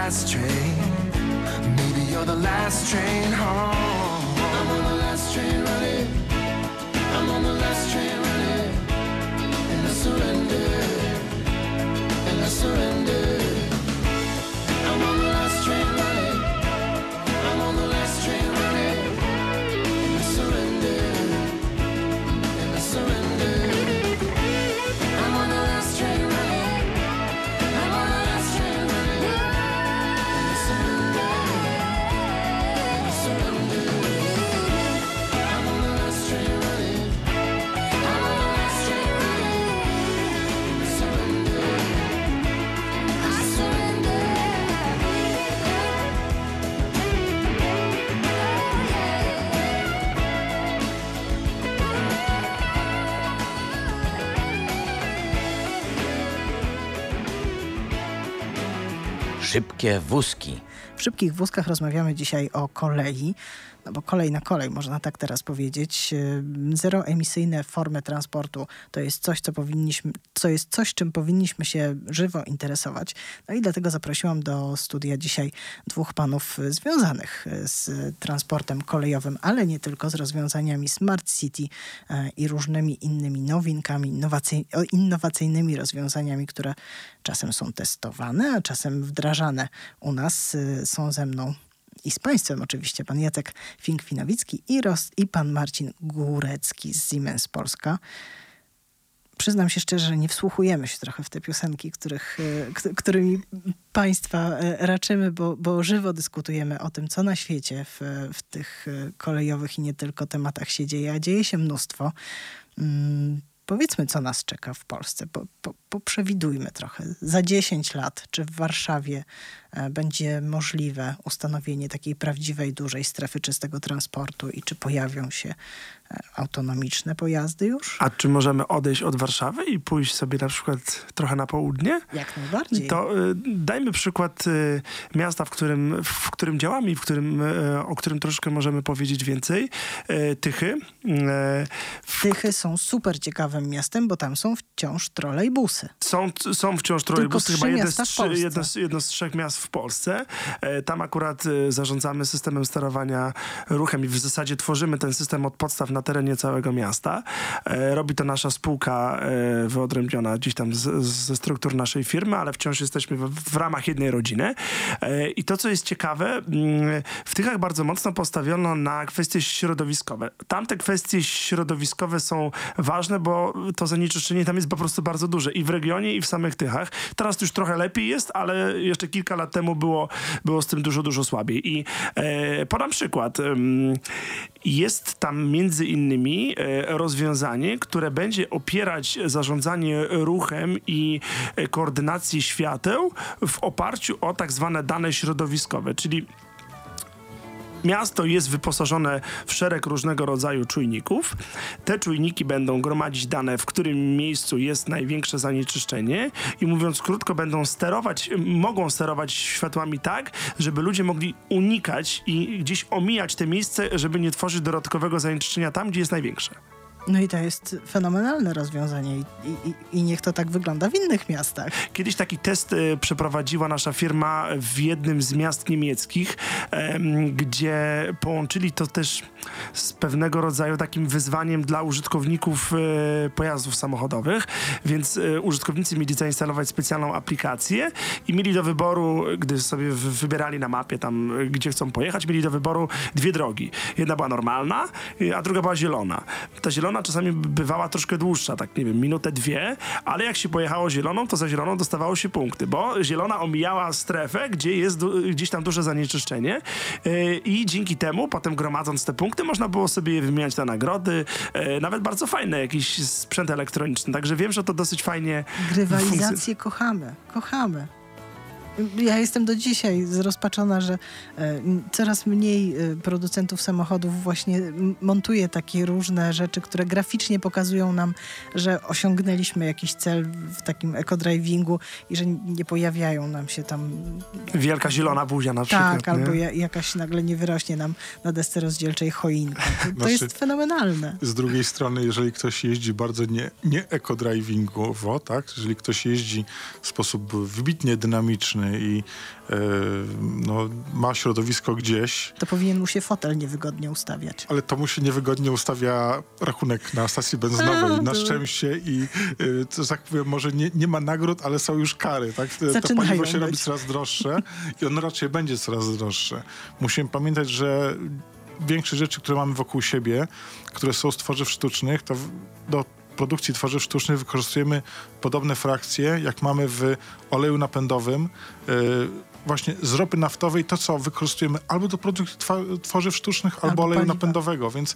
last train. Maybe you're the last train home. I'm on the last train running. I'm on the last train running. And I surrender. And I surrender. I'm on the last train running. I'm on the last train running. And I surrender. And I surrender. I'm on the last train running. I'm on the last train running. And I surrender. And I surrender. I'm on the last train running. I'm on the last train running. And I surrender. I surrender. Szybkie wózki. W szybkich wózkach rozmawiamy dzisiaj o kolei, no bo kolej na kolej, można tak teraz powiedzieć. Zeroemisyjne formy transportu to jest coś, czym powinniśmy się żywo interesować. No i dlatego zaprosiłam do studia dzisiaj dwóch panów związanych z transportem kolejowym, ale nie tylko, z rozwiązaniami Smart City i różnymi innymi nowinkami, innowacyjnymi rozwiązaniami, które czasem są testowane, a czasem wdrażane u nas. Są ze mną i z państwem oczywiście pan Jacek Fink-Finowicki i pan Marcin Górecki z Siemens Polska. Przyznam się szczerze, że nie wsłuchujemy się trochę w te piosenki, którymi państwa raczymy, bo żywo dyskutujemy o tym, co na świecie w tych kolejowych i nie tylko tematach się dzieje, a dzieje się mnóstwo. Powiedzmy, co nas czeka w Polsce. Poprzewidujmy trochę. Za 10 lat, czy w Warszawie będzie możliwe ustanowienie takiej prawdziwej, dużej strefy czystego transportu i czy pojawią się autonomiczne pojazdy już? A czy możemy odejść od Warszawy i pójść sobie na przykład trochę na południe? Jak najbardziej. To dajmy przykład miasta, w którym działamy i o którym troszkę możemy powiedzieć więcej. Tychy. Tychy są super ciekawym miastem, bo tam są wciąż trolejbusy. Są wciąż trolejbusy, chyba jedno z 3 miast w Polsce. Tam akurat zarządzamy systemem sterowania ruchem i w zasadzie tworzymy ten system od podstaw na terenie całego miasta. Robi to nasza spółka wyodrębniona gdzieś tam ze struktur naszej firmy, ale wciąż jesteśmy w ramach jednej rodziny. I to, co jest ciekawe, w Tychach bardzo mocno postawiono na kwestie środowiskowe. Tamte kwestie środowiskowe są ważne, bo to zanieczyszczenie tam jest po prostu bardzo duże i w regionie, i w samych Tychach. Teraz już trochę lepiej jest, ale jeszcze kilka lat temu było z tym dużo, dużo słabiej. I podam przykład. Jest tam między innymi rozwiązanie, które będzie opierać zarządzanie ruchem i koordynację świateł w oparciu o tak zwane dane środowiskowe, czyli miasto jest wyposażone w szereg różnego rodzaju czujników. Te czujniki będą gromadzić dane, w którym miejscu jest największe zanieczyszczenie i mówiąc krótko, mogą sterować światłami tak, żeby ludzie mogli unikać i gdzieś omijać te miejsce, żeby nie tworzyć dodatkowego zanieczyszczenia tam, gdzie jest największe. No i to jest fenomenalne rozwiązanie i niech to tak wygląda w innych miastach. Kiedyś taki test przeprowadziła nasza firma w jednym z miast niemieckich, gdzie połączyli to też z pewnego rodzaju takim wyzwaniem dla użytkowników pojazdów samochodowych, więc użytkownicy mieli zainstalować specjalną aplikację i mieli do wyboru, gdy sobie wybierali na mapie tam, gdzie chcą pojechać, mieli do wyboru 2 drogi. Jedna była normalna, a druga była zielona. Ta zielona czasami bywała troszkę dłuższa, tak nie wiem, minutę, 2, ale jak się pojechało zieloną, to za zieloną dostawało się punkty, bo zielona omijała strefę, gdzie jest gdzieś tam duże zanieczyszczenie i dzięki temu, potem gromadząc te punkty, można było sobie je wymieniać na nagrody, nawet bardzo fajne, jakiś sprzęt elektroniczny, także wiem, że to dosyć fajnie Grywalizację kochamy. Ja jestem do dzisiaj zrozpaczona, że coraz mniej producentów samochodów właśnie montuje takie różne rzeczy, które graficznie pokazują nam, że osiągnęliśmy jakiś cel w takim eco-drivingu i że nie pojawiają nam się tam... Wielka zielona buzia na przykład. Tak, albo jakaś nagle nie wyrośnie nam na desce rozdzielczej choinka. To jest fenomenalne. Z drugiej strony, jeżeli ktoś jeździ bardzo nie eco-drivingowo, tak? Jeżeli ktoś jeździ w sposób wybitnie dynamiczny rodziny i ma środowisko gdzieś. To powinien mu się fotel niewygodnie ustawiać. Ale to mu się niewygodnie ustawia rachunek na stacji benzynowej. Na szczęście i to tak powiem, może nie ma nagród, ale są już kary. Tak? To paliwo się robi coraz droższe i ono raczej będzie coraz droższe. Musimy pamiętać, że większość rzeczy, które mamy wokół siebie, które są z tworzyw sztucznych, to do produkcji tworzyw sztucznych wykorzystujemy podobne frakcje, jak mamy w oleju napędowym, właśnie z ropy naftowej, to co wykorzystujemy albo do produkcji tworzyw sztucznych, albo oleju paliwa. napędowowego, więc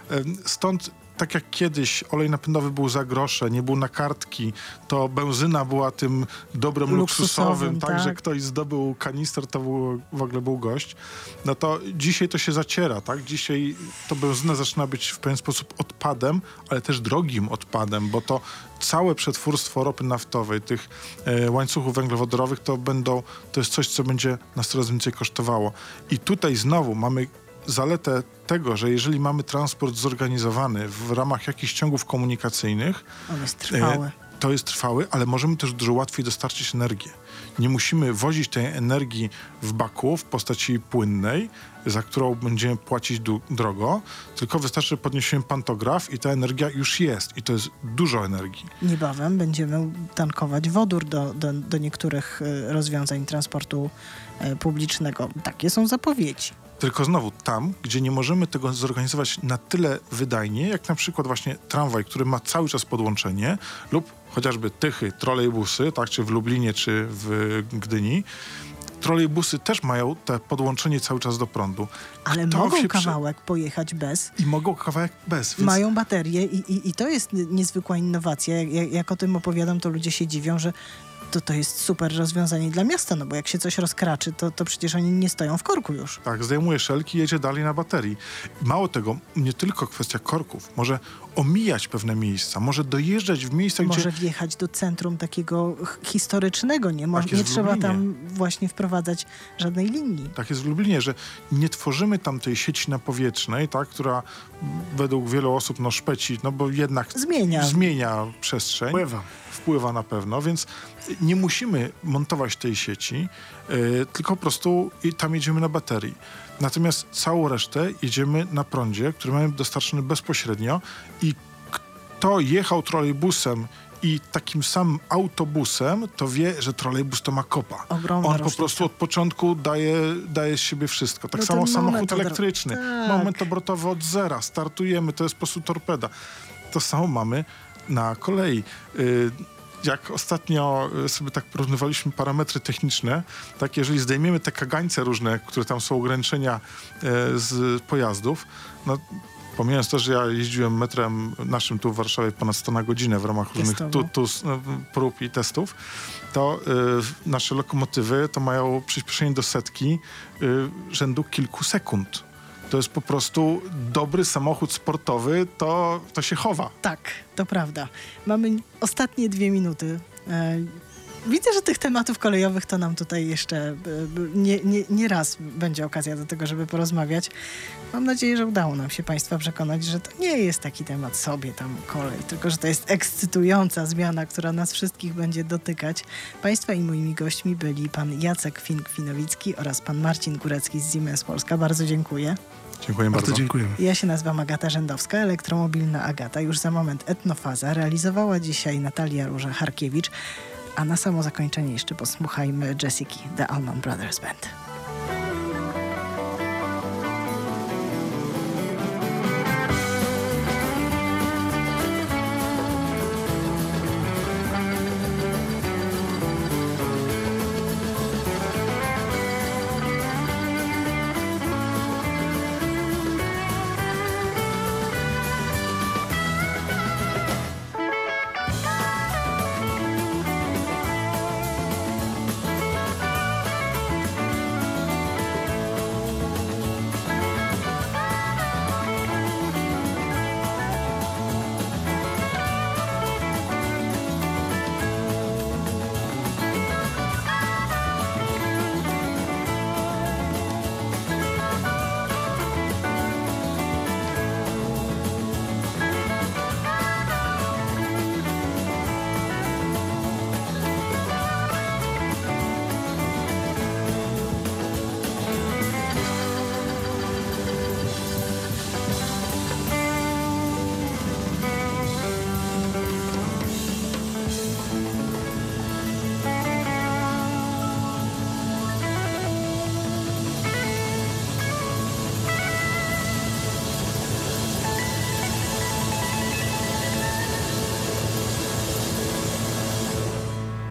stąd tak jak kiedyś olej napędowy był za grosze, nie był na kartki, to benzyna była tym dobrem luksusowym, tak, że ktoś zdobył kanister, to w ogóle był gość. No to dzisiaj to się zaciera, tak? Dzisiaj to benzyna zaczyna być w pewien sposób odpadem, ale też drogim odpadem, bo to całe przetwórstwo ropy naftowej, tych łańcuchów węglowodorowych, to jest coś, co będzie nas coraz więcej kosztowało. I tutaj znowu mamy zaletę tego, że jeżeli mamy transport zorganizowany w ramach jakichś ciągów komunikacyjnych, on jest trwały. To jest trwały, ale możemy też dużo łatwiej dostarczyć energię. Nie musimy wozić tej energii w baku w postaci płynnej, za którą będziemy płacić drogo, tylko wystarczy, że podniesiemy pantograf i ta energia już jest. I to jest dużo energii. Niebawem będziemy tankować wodór do niektórych rozwiązań transportu publicznego. Takie są zapowiedzi. Tylko znowu tam, gdzie nie możemy tego zorganizować na tyle wydajnie, jak na przykład właśnie tramwaj, który ma cały czas podłączenie, lub chociażby Tychy, trolejbusy, tak, czy w Lublinie, czy w Gdyni. Trolejbusy też mają te podłączenie cały czas do prądu. Ale mogą kawałek pojechać bez. I mogą kawałek bez. Więc... Mają baterię i to jest niezwykła innowacja. Jak o tym opowiadam, to ludzie się dziwią, że to jest super rozwiązanie dla miasta, no bo jak się coś rozkraczy, to przecież oni nie stoją w korku już. Tak, zdejmuje szelki i jedzie dalej na baterii. Mało tego, nie tylko kwestia korków. Może omijać pewne miejsca, może dojeżdżać w miejsca, gdzie... Może wjechać do centrum takiego historycznego, nie trzeba tam właśnie wprowadzać żadnej linii. Tak jest w Lublinie, że nie tworzymy tam tej sieci napowietrznej, tak, która według wielu osób szpeci, bo jednak zmienia przestrzeń. Wpływa na pewno, więc nie musimy montować tej sieci, tylko po prostu tam jedziemy na baterii. Natomiast całą resztę jedziemy na prądzie, który mamy dostarczony bezpośrednio i kto jechał trolejbusem i takim samym autobusem, to wie, że trolejbus to ma kopa. Ogromna On różnica. po prostu od początku daje z siebie wszystko. Tak samo samochód elektryczny. Tak. Moment obrotowy od zera. Startujemy, to jest po prostu torpeda. To samo mamy na kolei. Jak ostatnio sobie tak porównywaliśmy parametry techniczne, tak jeżeli zdejmiemy te kagańce różne, które tam są ograniczenia z pojazdów, pomijając to, że ja jeździłem metrem naszym tu w Warszawie ponad 100 na godzinę w ramach różnych prób i testów, to nasze lokomotywy to mają przyspieszenie do setki rzędu kilku sekund. To jest po prostu dobry samochód sportowy, to się chowa. Tak, to prawda. Mamy ostatnie 2 minuty. Widzę, że tych tematów kolejowych to nam tutaj jeszcze nie raz będzie okazja do tego, żeby porozmawiać. Mam nadzieję, że udało nam się Państwa przekonać, że to nie jest taki temat sobie tam kolej, tylko że to jest ekscytująca zmiana, która nas wszystkich będzie dotykać. Państwa i moimi gośćmi byli pan Jacek Fink-Winowicki oraz pan Marcin Górecki z Siemens Polska. Bardzo dziękuję. Dziękuję bardzo. Dziękujemy. Ja się nazywam Agata Rzędowska, elektromobilna Agata. Już za moment Etnofaza. Realizowała dzisiaj Natalia Róża-Harkiewicz. A na samo zakończenie jeszcze posłuchajmy Jessiki, The Allman Brothers Band.